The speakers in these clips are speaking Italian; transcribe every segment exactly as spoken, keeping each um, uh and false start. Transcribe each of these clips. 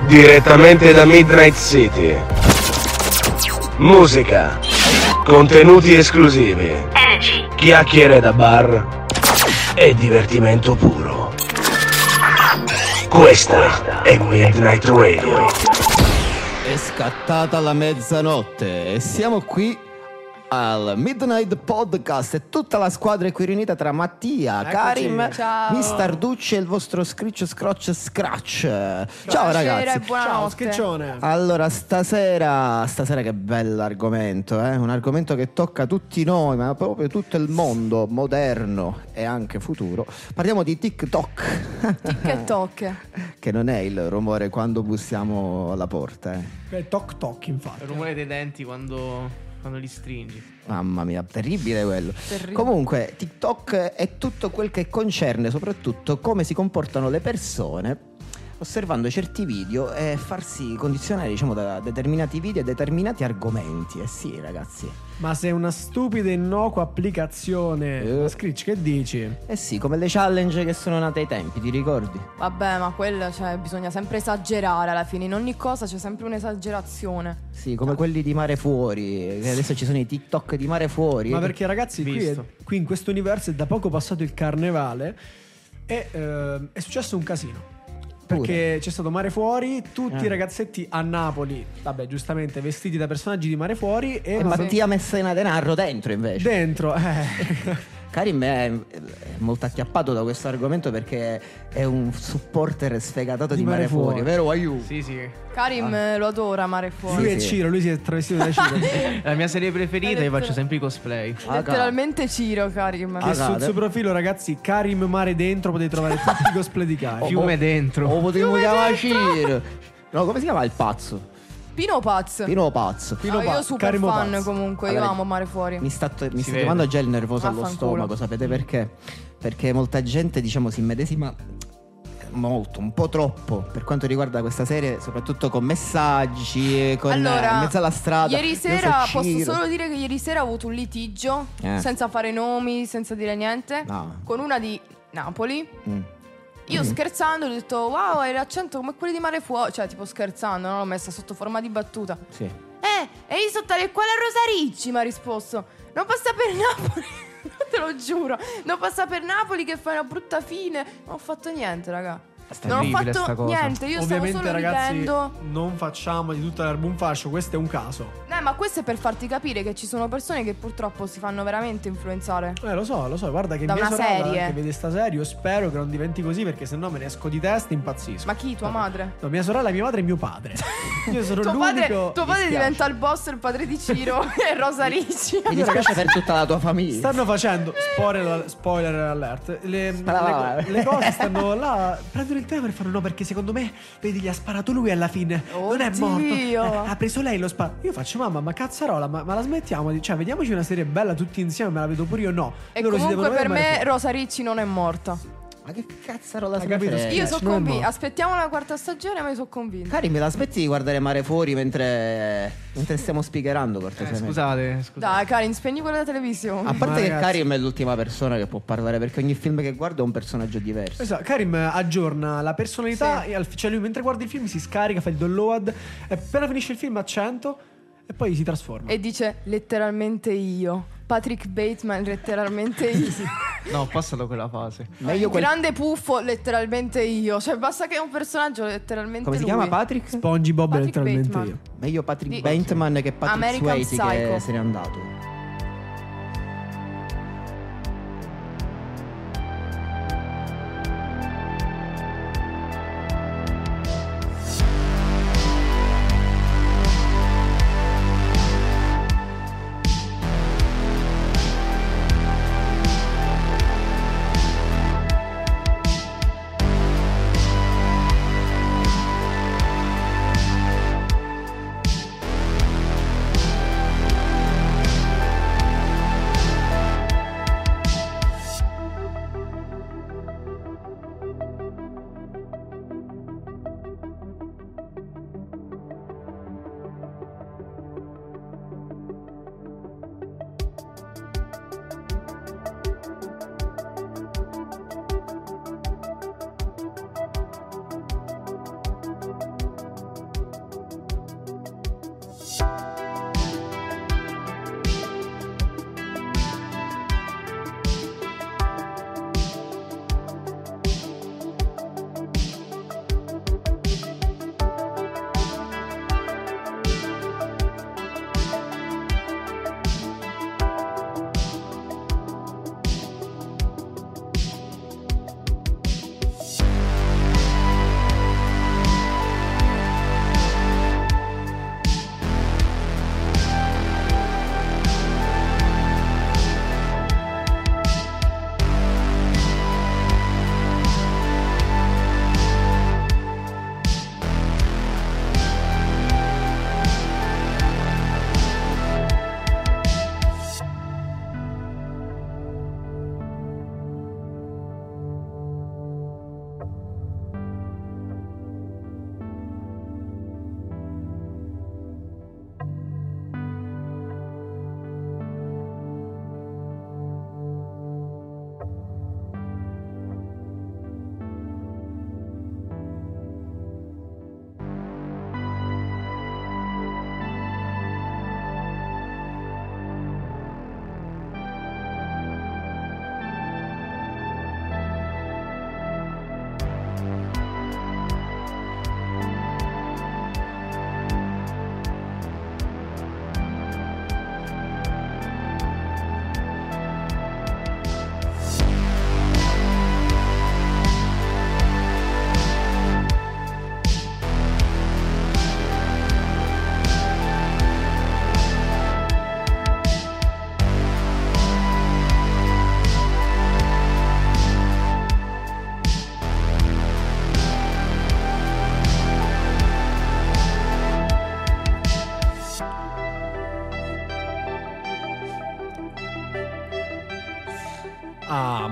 direttamente da Midnight City. Musica, contenuti esclusivi, chiacchiere da bar e divertimento puro. Questa è Midnight Radio. È scattata la mezzanotte e siamo qui al Midnight Podcast e tutta la squadra è qui riunita tra Mattia, Eccoci. Karim, Ciao. Mister Ducci e il vostro Scritch Scrotch Scratch. Ciao, Ciao ragazzi. e buonanotte. Ciao Scritchone. Allora, stasera, stasera che bell'argomento, eh? Un argomento che tocca tutti noi, ma proprio tutto il mondo moderno e anche futuro. Parliamo di TikTok. TikTok. Che non è il rumore quando bussiamo alla porta, eh. Beh, toc toc, infatti. Il rumore dei denti quando, quando li stringi. Mamma mia, terribile quello. Terribile. Comunque, TikTok è tutto quel che concerne soprattutto come si comportano le persone osservando certi video e farsi condizionare, diciamo, da determinati video e determinati argomenti. Eh sì, ragazzi. Ma sei una stupida e innocua applicazione. Eh. Ma Scritch, che dici? Eh sì, come le challenge che sono nate ai tempi, ti ricordi? Vabbè, ma quello, cioè, bisogna sempre esagerare alla fine. In ogni cosa c'è sempre un'esagerazione. Sì, come quelli di Mare Fuori, che adesso ci sono i TikTok di Mare Fuori. Ma perché ragazzi, qui, è- Visto. qui in questo universo è da poco passato il carnevale e eh, è successo un casino. Perché c'è stato Mare Fuori, tutti Eh. i ragazzetti a Napoli, vabbè, giustamente vestiti da personaggi di Mare Fuori e, E Mattia Messina Denaro dentro invece. dentro. Eh. Karim è, è molto acchiappato da questo argomento perché è un supporter sfegatato di, Di Mare, Mare Fuori, Fuori. vero Aiu? Sì, sì. Karim eh, lo adora Mare Fuori. Lui Sì, è sì. Ciro, lui si è travestito da Ciro. La mia serie preferita, io Lettera- faccio sempre i cosplay. Ah, Letteralmente Ciro, Karim. Ah, E sul cade. suo profilo, ragazzi, Karim Mare Dentro, potete trovare tutti i cosplay di Karim. Fiume dentro. O potremmo chiamare Ciro. No, come si chiama il pazzo? Pino Paz. Pino Pazzo. Ah, io super Karim fan Paz. comunque, Allora, io amo Mare Fuori. Mi sta, mi sta vede. chiamando già il nervoso allo Vaffanculo. stomaco, sapete perché? Perché molta gente, diciamo, si immedesima molto, un po' troppo per quanto riguarda questa serie, soprattutto con messaggi, con Allora, eh, in mezzo alla strada. Ieri Io sera, so posso Ciro. solo dire che ieri sera ho avuto un litigio, Eh. senza fare nomi, senza dire niente, No. con una di Napoli. Mm. Io scherzando ho detto wow, hai l'accento come quelli di Mare Fuori. Cioè tipo scherzando, no? L'ho messa sotto forma di battuta. Sì. Eh, e io sotto tale quale Rosaricci mi ha risposto. Non passa per Napoli. Te lo giuro. Non passa per Napoli che fai una brutta fine. Non ho fatto niente, raga. È Non ho terribile sta fatto cosa. niente. Io Ovviamente, stavo solo ragazzi, ridendo. non facciamo di tutta l'erba un fascio, questo è un caso. Eh, ma questo è per farti capire che ci sono persone che purtroppo si fanno veramente influenzare. Eh, lo so, lo so, guarda che Da mia una sorella serie. che vede sta serie, io spero che non diventi così perché sennò me ne esco di testa e impazzisco. Ma chi? Tua madre? No, mia sorella, mia madre e mio padre. Io sono Tuo l'unico. padre, tuo padre Mi spiace. diventa il boss, il padre di Ciro e Rosa Ricci. Mi dispiace per tutta la tua famiglia. Stanno facendo spoiler, spoiler alert. Le, Spara- le, le cose stanno là. Prendono il tempo e fanno no, perché secondo me, vedi, gli ha sparato lui alla fine. Non è morto. Oddio. Eh, ha preso lei lo sparo. Io faccio, mamma, ma cazzarola, ma, ma la smettiamo? di- Cioè, vediamoci una serie bella tutti insieme, me la vedo pure io. No. E Loro si comunque devono per vedere, me ma- Rosa Ricci non è morta. Ma che cazzarola Hai se ne capito? frega? Io Eh, sono non è convinta. morta. Aspettiamo la quarta stagione, ma io sono convinta. Cari, me la smetti di guardare Mare Fuori mentre, mentre stiamo speakerando, Eh, cortesemente? scusate, scusate. Dai, Karin, spegni quella televisione. A parte Ma che ragazzi- Karim è l'ultima persona che può parlare, perché ogni film che guarda è un personaggio diverso. Esatto, Karim aggiorna la personalità Sì. e al- cioè lui mentre guarda il film si scarica, fa il download e appena finisce il film a cento e poi si trasforma. E dice letteralmente io. Patrick Bateman, letteralmente io. No, ho passato quella fase. Meglio quel... Grande puffo, letteralmente io. Cioè, basta che è un personaggio, letteralmente Come si lui. chiama Patrick? SpongeBob è Patrick letteralmente Bateman. io. Meglio Patrick Di- Bateman che Patrick American Swayze che Psycho. se n'è andato.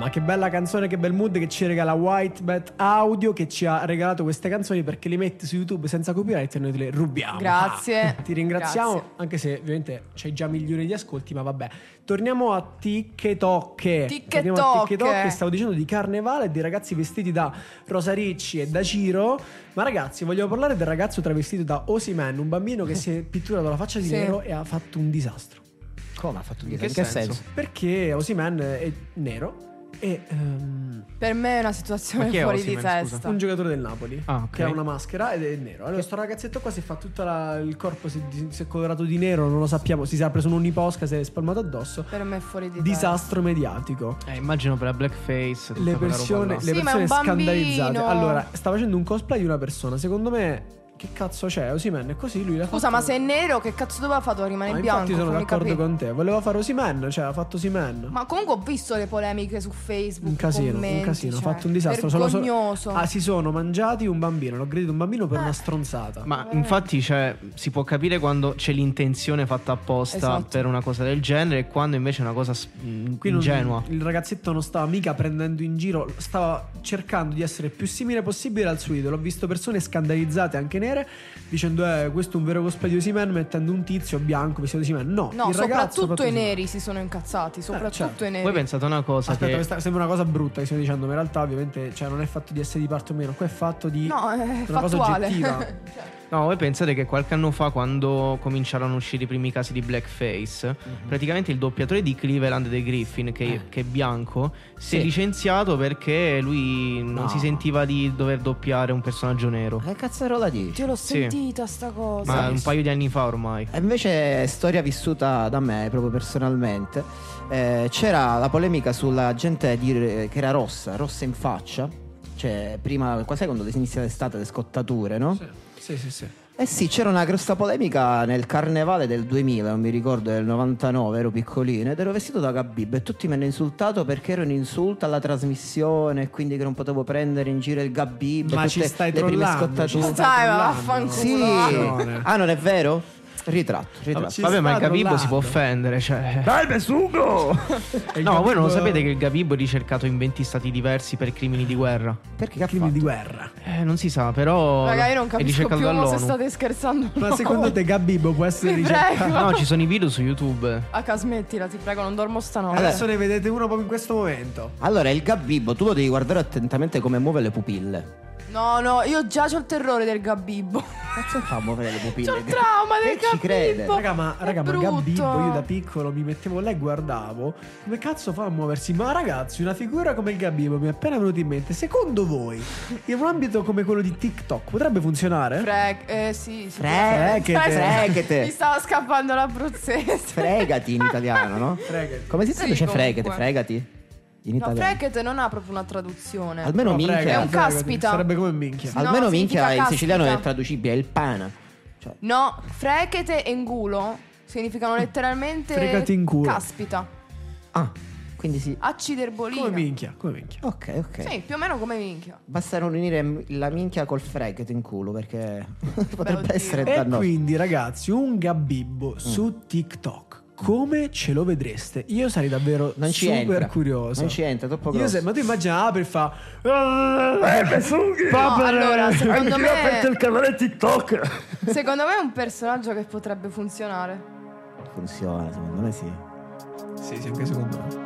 ma che bella canzone, che bel mood che ci regala White Bat Audio, che ci ha regalato queste canzoni perché li metti su YouTube senza copyright e noi te le rubiamo. Grazie. Ti ringraziamo, Grazie. anche se ovviamente c'hai già milioni di ascolti, ma vabbè. Torniamo a TikTok. Torniamo a TikTok. Stavo dicendo di carnevale e dei ragazzi vestiti da Rosa Ricci e da Ciro. Ma ragazzi, vogliamo parlare del ragazzo travestito da Osimhen, un bambino che si è pitturato la faccia di Sì. nero e ha fatto un disastro. Come ha fatto un In disastro? che In che senso? senso? Perché Osimhen è nero e ehm, Per me è una situazione Ma chi è fuori di Osimhen, testa. scusa? un giocatore del Napoli Ah, ok. che ha una maschera ed è nero. Allora, sto ragazzetto qua si fa tutto la- il corpo, si, si è colorato di nero, non lo sappiamo. Si è preso un'uniposca, si è spalmato addosso. Per me è fuori di Disastro mediatico. Eh, immagino per la blackface. tutta Le quella roba persone, là. le Sì, ma è persone un scandalizzate. bambino. Allora, sta facendo un cosplay di una persona. Secondo me, che cazzo c'è? Osimhen è così. Lui l'ha Scusa, fatto... ma se è nero, che cazzo doveva fare? Rimane No, bianco. infatti sono fammi d'accordo capire. con te. Voleva fare Osimhen, cioè ha fatto Osimhen. Ma comunque ho visto le polemiche su Facebook. Un casino, commenti, un casino, ha cioè, fatto un disastro. Solo- solo- Vergognoso. Ah, si sono mangiati un bambino. Hanno aggredito un bambino per una stronzata. Ma infatti, cioè, si può capire quando c'è l'intenzione fatta apposta Esatto. per una cosa del genere e quando invece è una cosa s- mh, Qui non- ingenua. il ragazzetto non stava mica prendendo in giro, stava cercando di essere più simile possibile al suo idolo. Ho visto persone scandalizzate, anche nere, dicendo eh, questo è un vero cosplay di Osimhen, mettendo un tizio bianco vestito di Osimhen. No, No, il ragazzo soprattutto ha i fatto neri si sono incazzati. Soprattutto certo. i neri. Voi pensate una cosa Aspetta, che questa sembra una cosa brutta che stiamo dicendo, ma in realtà ovviamente cioè, non è fatto di essere di parte o meno, qua è fatto di No, è una cosa fattuale. oggettiva. No, voi pensate che qualche anno fa, quando cominciarono a uscire i primi casi di blackface, praticamente il doppiatore di Cleveland dei Griffin, che, Eh. che è bianco, si è Sì. licenziato perché lui non No. si sentiva di dover doppiare un personaggio nero. Che cazzarola dici? Io l'ho Sì. sentita sta cosa. Ma un paio di anni fa ormai. E invece è storia vissuta da me proprio personalmente. Eh, c'era la polemica sulla gente di- che era rossa, rossa in faccia. Cioè, prima, qua sai quando inizia l'estate, le scottature, no? Sì, sì, sì. Eh sì, c'era una grossa polemica nel carnevale del duemila, non mi ricordo, del novantanove, ero piccolino ed ero vestito da Gabib e tutti mi hanno insultato perché ero in insulto alla trasmissione e quindi che non potevo prendere in giro il Gabib. Ma tutte ci stai le prime trollando, ci scottature. Dai, ma trollando. vaffanculo. Sì. Attenzione. Ah, non è vero? Ritratto, ritratto. Ci Vabbè, ma il sta Gabibbo si può trollando. offendere, cioè. Dai, Besugo! E il No, voi non lo Gabib- sapete che il Gabibbo è ricercato in venti stati diversi per crimini di guerra? Perché che ha crimini fatto? di guerra. Eh, non si sa, però Raga, io non è capisco ricercato più mo se dall'ONU. state scherzando. Ma no. secondo te Gabibbo può essere Vi ricercato? prego. No, ci sono i video su YouTube. H, smettila, ti prego, non dormo stanotte. Allora- Adesso ne vedete uno proprio in questo momento. Allora, il Gabibbo, tu lo devi guardare attentamente come muove le pupille. No, no, io già c'ho il terrore del Gabibbo. Cazzo fa a muovere le pupille? C'ho il trauma del Che ci crede? Gabibbo. Raga, ma, È raga, ma brutto. Gabibbo, io da piccolo mi mettevo là e guardavo. Come cazzo fa a muoversi? Ma ragazzi, una figura come il Gabibbo mi è appena venuto in mente. Secondo voi, in un ambito come quello di TikTok potrebbe funzionare? Freg, eh sì, sì. Fregate, fregate. Mi stava scappando l'abruzzese. Fregati in italiano, no? Fregati. Come si Sì, traduce comunque. fregate? Fregati? In No, italiano. fregate non ha proprio una traduzione. Almeno No, minchia. fregati, È un fregati. caspita. Sarebbe come minchia. No, Almeno significa minchia in siciliano è caspita. traducibile, è il pana. Cioè, No, fregate e ngulo significano letteralmente Fregati in culo. caspita. ah, quindi sì. Acciderbolina. Come minchia, come minchia. Ok, ok. Sì, più o meno come minchia. Basta non unire la minchia col fregate in culo perché potrebbe oddio. essere E dannoso. quindi, ragazzi, un Gabibbo Mm. su TikTok. Come ce lo vedreste? Io sarei davvero Non ci super entra. curioso. Non ci entra, troppo Io grosso. se- ma tu immagina apri e fa Eh, Besughi! No, allora, secondo Anch'io ho aperto il me canale TikTok! secondo me è un personaggio che potrebbe funzionare. Funziona, secondo me sì. Sì, sì, anche secondo me.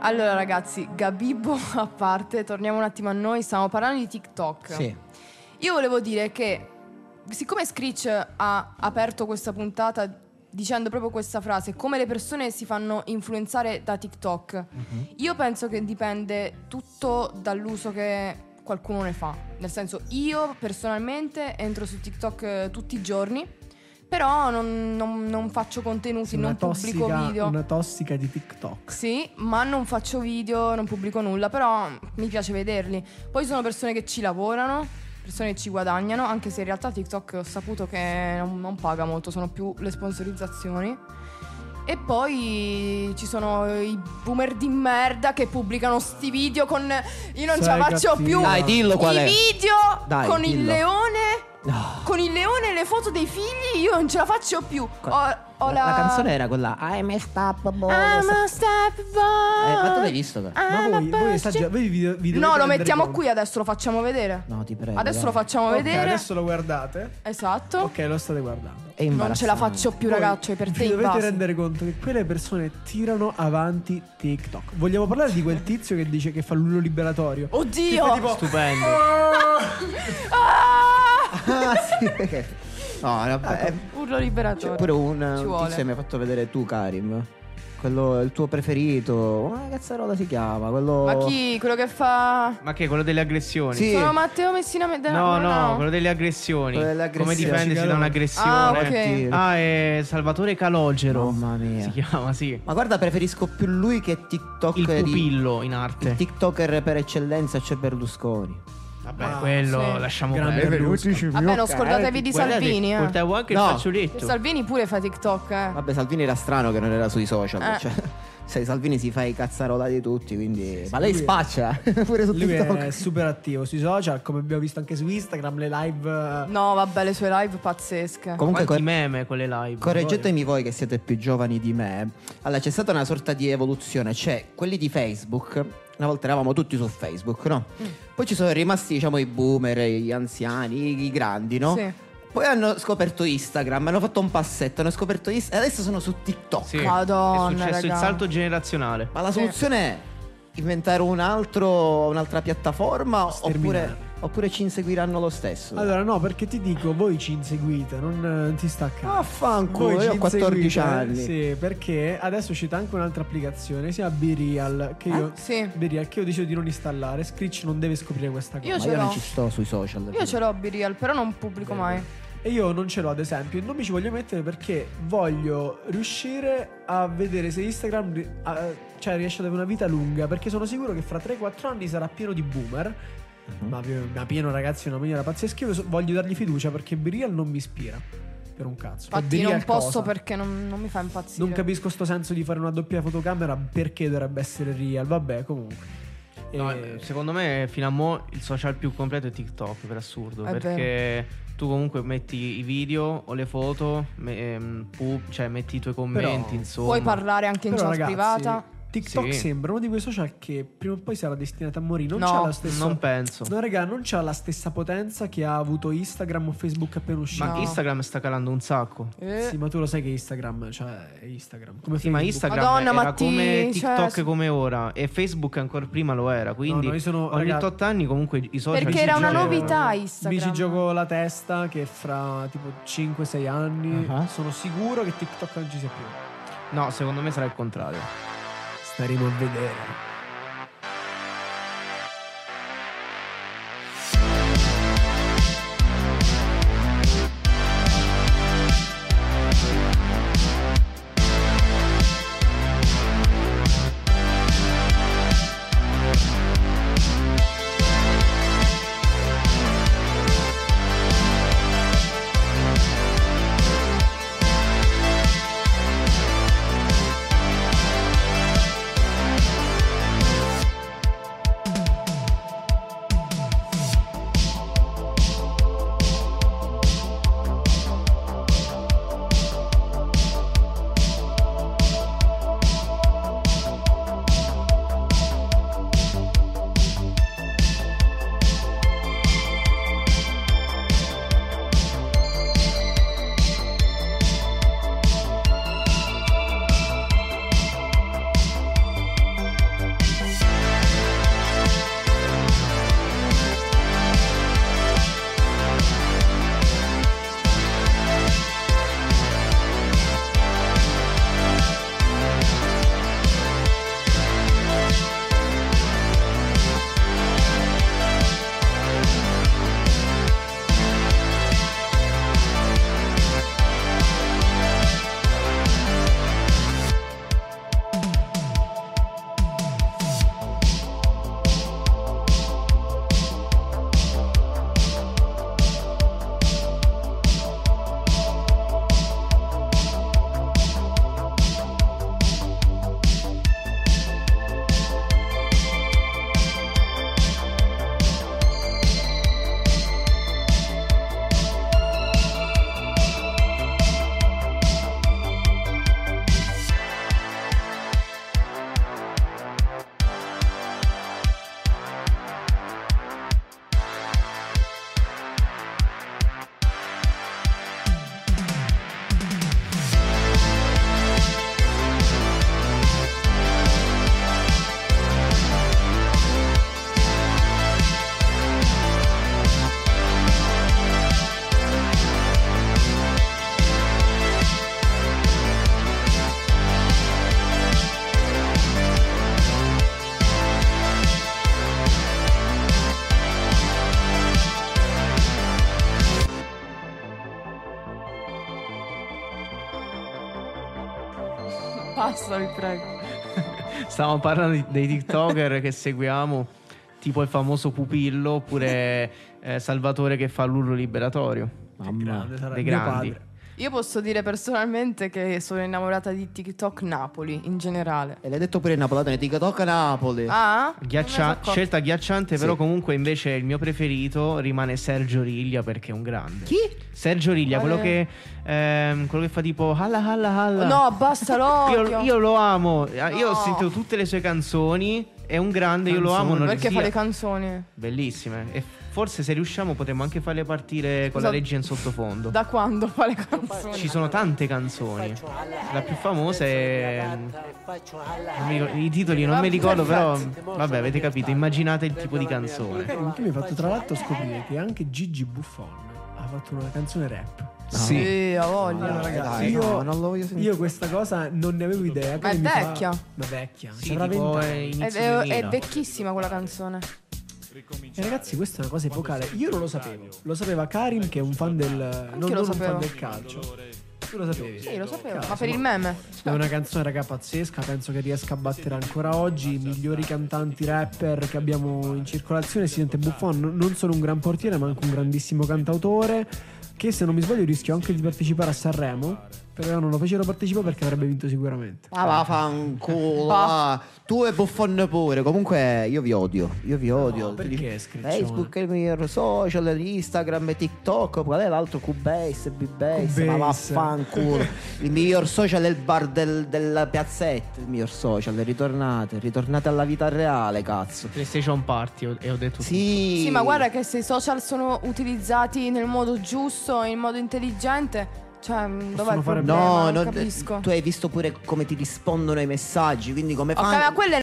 Allora ragazzi, Gabibbo a parte, torniamo un attimo a noi, stiamo parlando di TikTok. Sì. Io volevo dire che, siccome Screech ha aperto questa puntata dicendo proprio questa frase, come le persone si fanno influenzare da TikTok, uh-huh. io penso che dipende tutto dall'uso che qualcuno ne fa. Nel senso, io personalmente entro su TikTok eh, tutti i giorni, però non, non, non faccio contenuti, non tossica, pubblico video. Una tossica di TikTok. Sì, ma non faccio video, non pubblico nulla, però mi piace vederli. Poi sono persone che ci lavorano, persone che ci guadagnano, anche se in realtà TikTok ho saputo che non, non paga molto, sono più le sponsorizzazioni. E poi ci sono i boomer di merda che pubblicano sti video con... Io non Sei ce la faccio cattiva. più. Dai, dillo qual I è. video Dai, con il dillo. leone... No. Con il leone e le foto dei figli io non ce la faccio più. Ho, ho la, la... la canzone era quella I'm a step boy. I'm a step boy. Eh, ma tu l'hai visto? Però? Ma voi, voi esagerate, voi vi, vi dovete No, lo rendere mettiamo conto. qui adesso, lo facciamo vedere. No, ti prego. Adesso dai. lo facciamo Ok, vedere. adesso lo guardate. Esatto. Ok, lo state guardando. È Non ce la imbarazzante. faccio più, Voi ragazzi, per te vi in dovete base. rendere conto che quelle persone tirano avanti TikTok. Vogliamo parlare di quel tizio che dice che fa l'ullo liberatorio? Oddio. Tipo- Stupendo. Ah! Ah, sì. No, vabbè. Urlo C'è liberatore. pure un, Ci un vuole. tizio che mi ha fatto vedere tu, Karim. Quello, il tuo preferito. Ma che cazzarola si chiama? Quello... Ma chi? Quello che fa... Ma che quello delle aggressioni? Sì. Sono Matteo Messina Med- No, no, quello delle aggressioni. Quello delle Come aggressioni. difendersi da un'aggressione? Ah, ok. Sì. Ah, è Salvatore Calogero. Mamma mia. Si chiama, sì. Ma guarda, preferisco più lui che TikTok. Il di- pupillo in arte. Il TikToker per eccellenza, cioè Berlusconi. Vabbè, Ah, quello sì. lasciamo Grande perdere. Berlusconi. Vabbè, non scordatevi di Guardate, Salvini, eh. portavo anche No. il fazzoletto. Salvini pure fa TikTok, eh. Vabbè, Salvini era strano che non era sui social. Eh. Cioè, sai, Salvini si fa i cazzarola di tutti, quindi. Ma lei lui è- spaccia pure su Lui TikTok. è super attivo sui social, come abbiamo visto anche su Instagram, le live. eh, No, vabbè, le sue live pazzesche. Comunque, Quanti cor- meme con le live. correggetemi voi che siete più giovani di me. Allora, c'è stata una sorta di evoluzione. Cioè, quelli di Facebook. Una volta eravamo tutti su Facebook, no? Mm. Poi ci sono rimasti, diciamo, i boomer, gli anziani, i, i grandi, no? Sì. Poi hanno scoperto Instagram, hanno fatto un passetto, hanno scoperto Instagram e adesso sono su TikTok. Sì. Madonna, È successo il raga. salto generazionale. Ma la soluzione è inventare un altro, un'altra piattaforma Sterminare. oppure, oppure ci inseguiranno lo stesso? Allora, no, perché ti dico, voi ci inseguite, non, non ti sta a caso. Affanculo, Voi io ci ho quattordici inseguite, anni. Sì, perché adesso c'è anche un'altra applicazione, si chiama BeReal, che io, Sì. BeReal, che io decido di non installare. Screech non deve scoprire questa cosa. Io Ma ce io non l'ho. ci sto sui social. Io ce l'ho BeReal, però non pubblico mai. E io non ce l'ho, ad esempio, e non mi ci voglio mettere perché voglio riuscire a vedere se Instagram ri- a- cioè, riesce ad avere una vita lunga. Perché sono sicuro che fra tre quattro anni sarà pieno di boomer. Mhm. Ma, pi- ma pieno, ragazzi, in una maniera pazzesca. Io so- voglio dargli fiducia perché BeReal non mi ispira. Per un cazzo. Poi Infatti BeReal non posso cosa? perché non, non mi fa impazzire. Non capisco sto senso di fare una doppia fotocamera. Perché dovrebbe essere real? Vabbè, comunque. No, E- secondo me fino a mo' il social più completo è TikTok, per assurdo. È perché tu comunque metti i video o le foto, me- ehm, pub- cioè metti i tuoi commenti, Però- insomma. Puoi parlare anche in Però, chat ragazzi, privata. TikTok Sì. sembra uno di quei social che prima o poi sarà destinato a morire. Non No, c'ha la stessa. Non penso. No, raga, non c'ha la stessa potenza che ha avuto Instagram o Facebook appena uscito. Ma No. Instagram sta calando un sacco. Eh. Sì, ma tu lo sai che Instagram, cioè è Instagram. Come Sì, ma Facebook. Instagram Madonna, era ma ti- come TikTok cioè- come ora. E Facebook ancora prima lo era. Quindi No, no, io sono- ogni raga- tot anni comunque i social Perché si era una giocano. novità Mi Instagram. ci gioco la testa che fra tipo cinque sei anni Ah. sono sicuro che TikTok non ci sia più. No, secondo me sarà il contrario. Staremo a vedere. Basta, vi prego. Stavamo parlando di- dei TikToker che seguiamo, tipo il famoso Pupillo oppure eh, Salvatore che fa l'urlo liberatorio. Che grande sarà dei mio grandi. padre. Io posso dire personalmente che sono innamorata di TikTok Napoli in generale. E l'hai detto pure in Napoletano, ti tocca Napoli. Ah? Ghiaccia- Non me ne sono accorta. scelta agghiacciante, Sì. però comunque invece il mio preferito rimane Sergio Riglia perché è un grande. Chi? Sergio Riglia, Quale? quello che, ehm, quello che fa tipo alla alla alla. No, basta l'odio. io, io lo amo. Io ho No. sentito tutte le sue canzoni. È un grande, io lo amo. Non Perché sia- fa le canzoni? Bellissime. E forse se riusciamo potremmo anche farle partire con la Scusa, regia in sottofondo. Da quando fa le canzoni? Ci sono tante canzoni. La più famosa è. non mi ricordo- I titoli non mi ricordo, però. Vabbè, avete capito. Immaginate il tipo di canzone. Tu mi hai fatto tra l'altro scoprire che anche Gigi Buffon ha fatto una canzone rap. Sì. Sì, ha voglia. Allora, ragazzi, dai, io, no, non lo voglio sentire. io questa cosa non ne avevo idea. Ma è che mi fa- vecchia. Ma vecchia. Sì, Ci avrà tipo venti è anni. È, inizio è- è duemila. vecchissima quella canzone. E ragazzi, questa è una cosa epocale. Io non lo sapevo. Lo sapeva Karim, che è un fan del. non, lo non un sapevo. fan del calcio. Tu lo sapevi? Sì, lo sapevo. Cazzo, Ma per il meme? È una canzone, raga, pazzesca. Penso che riesca a battere ancora oggi i migliori cantanti rapper che abbiamo in circolazione. Si sente Buffon, non- non solo un gran portiere, ma anche un grandissimo cantautore. Che se non mi sbaglio rischio anche di partecipare a Sanremo. Però non lo fecero partecipare perché avrebbe vinto sicuramente. Ah, va, fanculo. Va. va. Tu e Buffon pure. Comunque, io vi odio. Io vi odio. perché, Scriccione? Facebook è il miglior social, Instagram e TikTok. Qual è l'altro? Cubase, B-Base. Ma Cubase. vaffanculo. Il miglior social è il bar del, della piazzetta. Il miglior social. Ritornate. Ritornate alla vita reale, cazzo. PlayStation Party ho- e ho detto Sì. Sì, ma guarda che se i social sono utilizzati nel modo giusto, in modo intelligente, cioè, mh, dov'è il fare- problema? No, non no, capisco. tu hai visto pure come ti rispondono ai messaggi. Quindi come Ok, fanno. ma quelle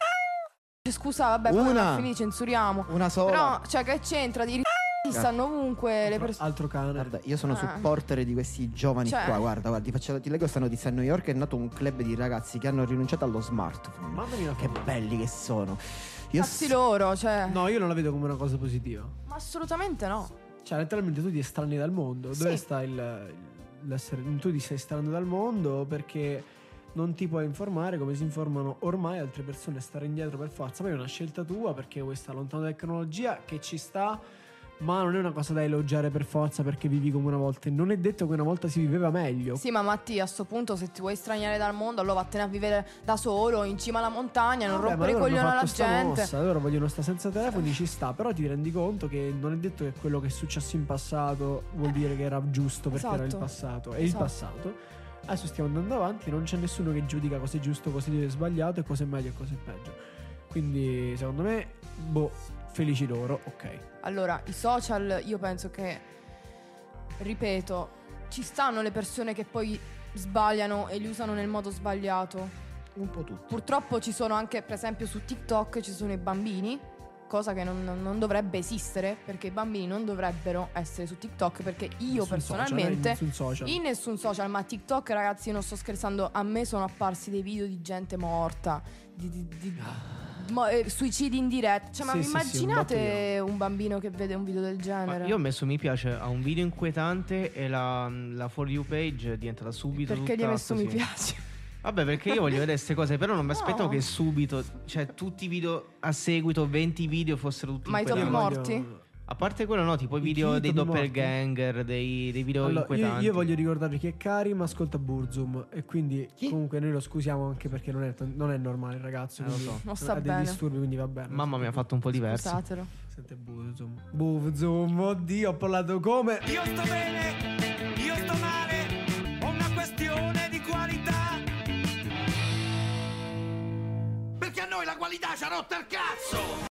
scusa, vabbè, poi Una. non finì, censuriamo. Una sola. Però, cioè, che c'entra? I r- stanno ovunque le persone. Altro cane. Guarda, io sono Ah. supporter di questi giovani Cioè. qua. Guarda, guarda, ti, faccio, ti leggo questa notizia. A New York è nato un club di ragazzi che hanno rinunciato allo smartphone. Mandami una Che foto. belli che sono. Io Cazzi s- loro, cioè. No, io non la vedo come una cosa positiva. Ma assolutamente no. Cioè, letteralmente tu ti estranei dal mondo. Dove Sì. sta il, l'essere. Tu ti stai estraendo dal mondo perché non ti puoi informare come si informano ormai altre persone, stare indietro per forza. Poi è una scelta tua perché vuoi stare lontano dalla tecnologia, che ci sta, ma non è una cosa da elogiare per forza perché vivi come una volta. E non è detto che una volta si viveva meglio. Sì, ma Mattia, a sto punto, se ti vuoi straniare dal mondo, allora vattene a vivere da solo, in cima alla montagna, non Vabbè, rompere i ma loro hanno coglioni alla fatto sta gente. mossa, loro vogliono stare senza telefoni, ci sta. Però ti rendi conto che non è detto che quello che è successo in passato vuol dire che era giusto perché era il Esatto. passato. È il Esatto. passato. Adesso stiamo andando avanti, non c'è nessuno che giudica cosa è giusto, cosa è sbagliato e cosa è meglio e cosa è peggio. Quindi secondo me, boh, felici loro, ok. Allora, i social, io penso che, ripeto, ci stanno le persone che poi sbagliano e li usano nel modo sbagliato. un po' tutti. Purtroppo ci sono anche, per esempio, su TikTok ci sono i bambini, cosa che non, non dovrebbe esistere, perché i bambini non dovrebbero essere su TikTok, perché io Nessun personalmente... social, eh, nessun social. In nessun social, ma TikTok, ragazzi, io non sto scherzando. A me sono apparsi dei video di gente morta, di, di- di- mo- eh, suicidi in diretta. Cioè, ma Sì, vi sì, sì, un immaginate un bambino che vede un video del Ma genere? io ho messo mi piace a un video inquietante e la, la For You page è diventata subito Perché gli tutta hai messo mi così. piace? Vabbè, perché io voglio vedere queste cose, però non mi aspettavo No. che subito, cioè tutti i video a seguito, venti video fossero tutti Ma i topi inquietanti. morti? A parte quello no, tipo i I video chi, dei topi doppelganger, dei, dei video Allora, io, inquietanti. io voglio ricordarvi che Karim ascolta Burzum e quindi Chi? comunque noi lo scusiamo anche perché non è, non è normale il ragazzo. Eh, lo quindi so. Non sta ha dei bene. disturbi, quindi va bene. Mamma mi ha fatto un po' diverso. Scusatelo. Sente Burzum. Burzum, oddio, ho parlato come... Io sto bene, io sto male, ho una questione di qualità. Perché a noi la qualità ci ha rotto il cazzo!